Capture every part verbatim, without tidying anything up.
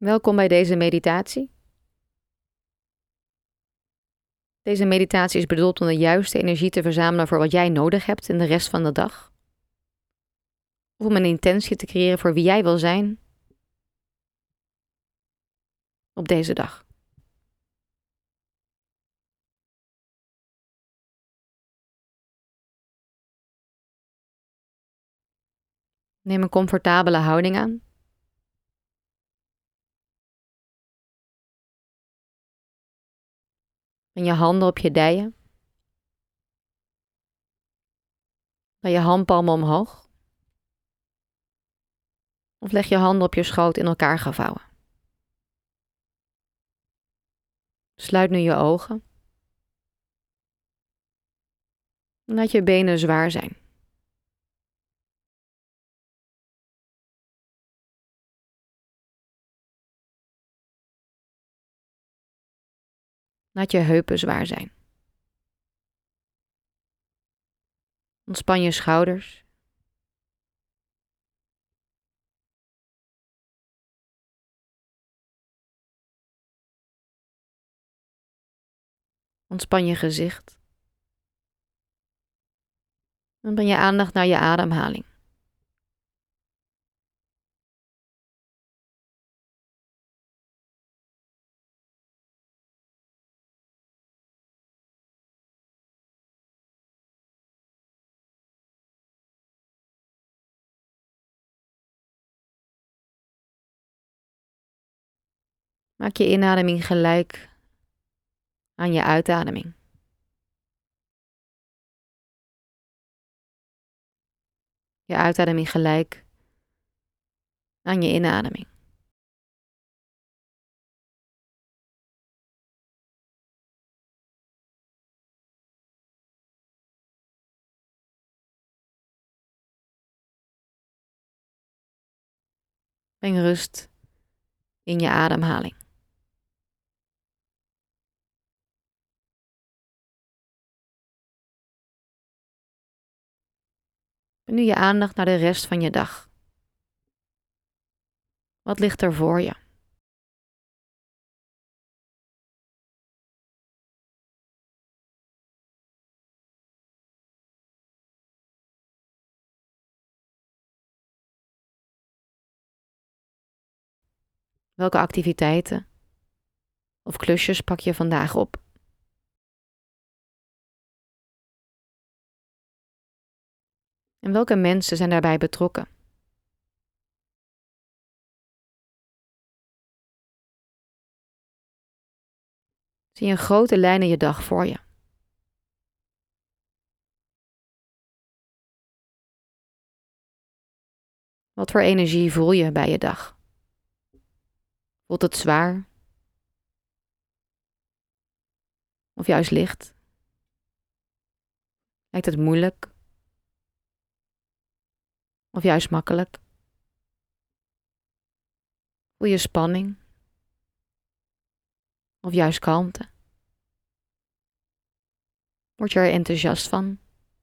Welkom bij deze meditatie. Deze meditatie is bedoeld om de juiste energie te verzamelen voor wat jij nodig hebt in de rest van de dag. Of om een intentie te creëren voor wie jij wil zijn op deze dag. Neem een comfortabele houding aan. En je handen op je dijen. Dan je handpalmen omhoog. Of leg je handen op je schoot in elkaar gevouwen. Sluit nu je ogen. En laat je benen zwaar zijn. Laat je heupen zwaar zijn. Ontspan je schouders. Ontspan je gezicht. En breng je aandacht naar je ademhaling. Maak je inademing gelijk aan je uitademing. Je uitademing gelijk aan je inademing. Breng rust in je ademhaling. Breng nu je aandacht naar de rest van je dag. Wat ligt er voor je? Welke activiteiten of klusjes pak je vandaag op? En welke mensen zijn daarbij betrokken? Zie je een grote lijn in je dag voor je? Wat voor energie voel je bij je dag? Voelt het zwaar? Of juist licht? Lijkt het moeilijk? Of juist makkelijk? Voel je spanning? Of juist kalmte? Word je er enthousiast van?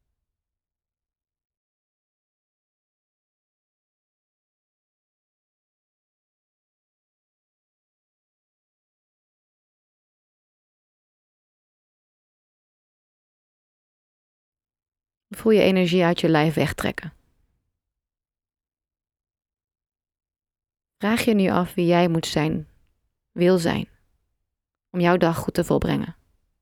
Voel je energie uit je lijf wegtrekken? Vraag je nu af wie jij moet zijn, wil zijn, om jouw dag goed te volbrengen.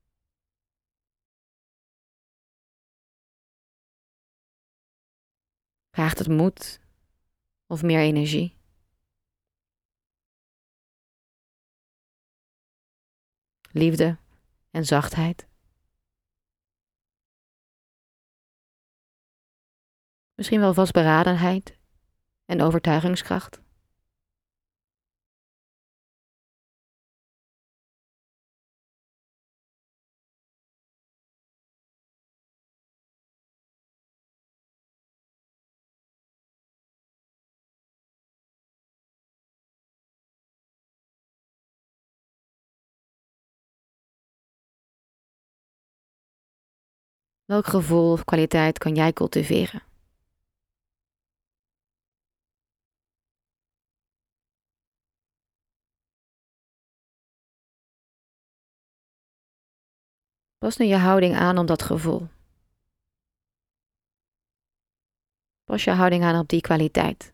Vraagt het moed of meer energie? Liefde en zachtheid? Misschien wel vastberadenheid en overtuigingskracht? Welk gevoel of kwaliteit kan jij cultiveren? Pas nu je houding aan op dat gevoel. Pas je houding aan op die kwaliteit.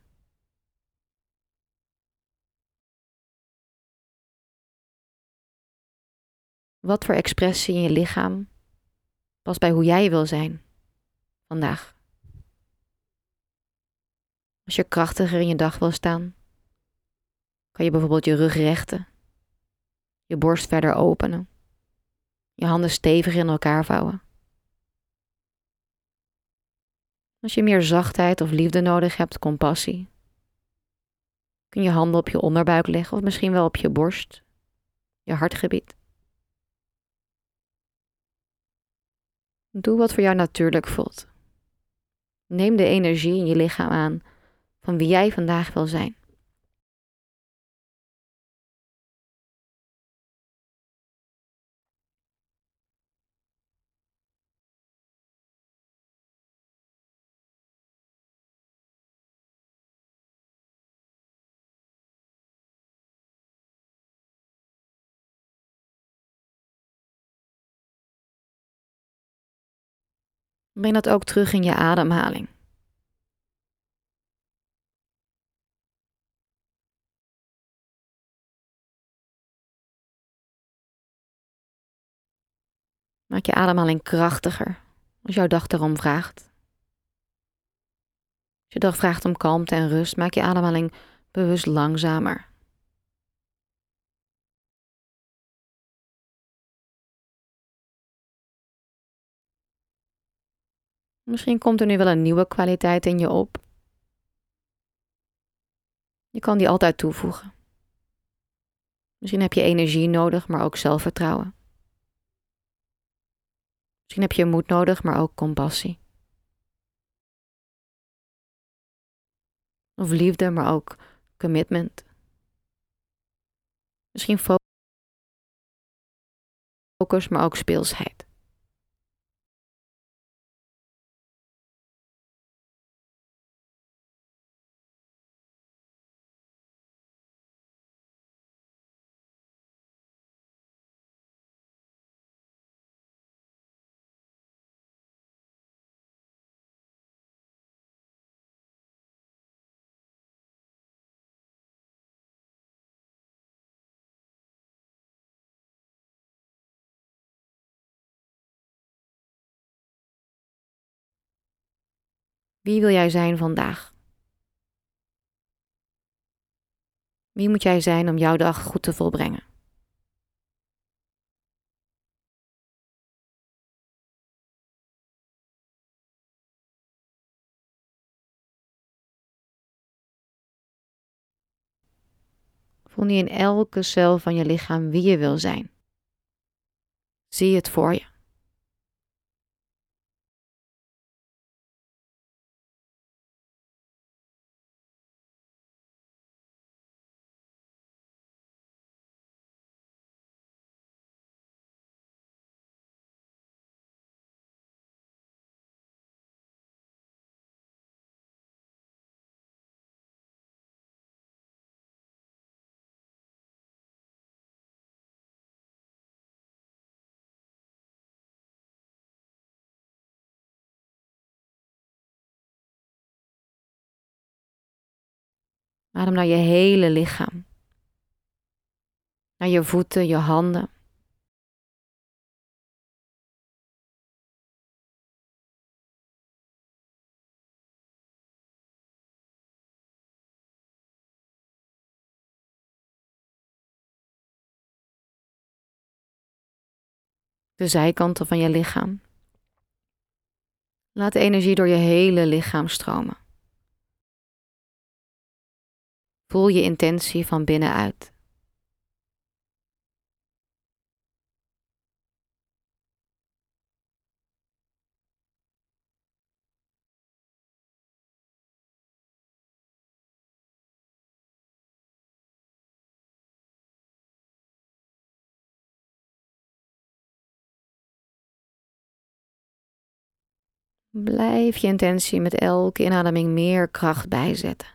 Wat voor expressie in je lichaam past bij hoe jij wil zijn vandaag? Als je krachtiger in je dag wil staan, kan je bijvoorbeeld je rug rechten, je borst verder openen, je handen stevig in elkaar vouwen. Als je meer zachtheid of liefde nodig hebt, compassie, kun je handen op je onderbuik leggen of misschien wel op je borst, je hartgebied. Doe wat voor jou natuurlijk voelt. Neem de energie in je lichaam aan van wie jij vandaag wil zijn. Breng dat ook terug in je ademhaling. Maak je ademhaling krachtiger als jouw dag erom vraagt. Als je dag vraagt om kalmte en rust, maak je ademhaling bewust langzamer. Misschien komt er nu wel een nieuwe kwaliteit in je op. Je kan die altijd toevoegen. Misschien heb je energie nodig, maar ook zelfvertrouwen. Misschien heb je moed nodig, maar ook compassie. Of liefde, maar ook commitment. Misschien focus, maar ook speelsheid. Wie wil jij zijn vandaag? Wie moet jij zijn om jouw dag goed te volbrengen? Voel nu in elke cel van je lichaam wie je wil zijn. Zie het voor je. Adem naar je hele lichaam. Naar je voeten, je handen. De zijkanten van je lichaam. Laat de energie door je hele lichaam stromen. Voel je intentie van binnenuit. Blijf je intentie met elke inademing meer kracht bijzetten.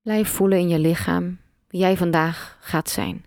Blijf voelen in je lichaam wie jij vandaag gaat zijn.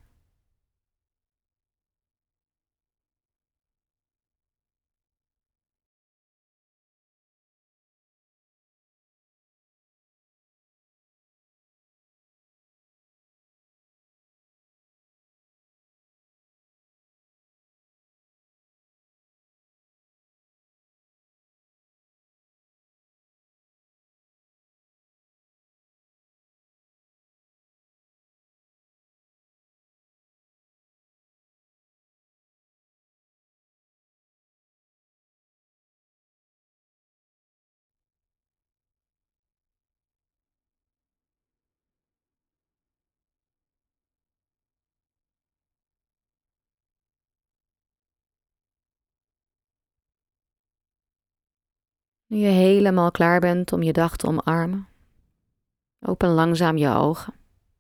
Nu je helemaal klaar bent om je dag te omarmen, open langzaam je ogen.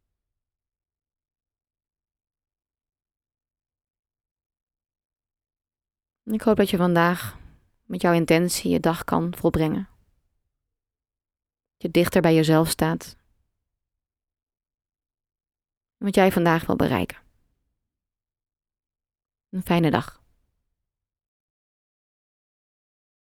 Ik hoop dat je vandaag met jouw intentie je dag kan volbrengen. Dat je dichter bij jezelf staat. Wat jij vandaag wil bereiken. Een fijne dag.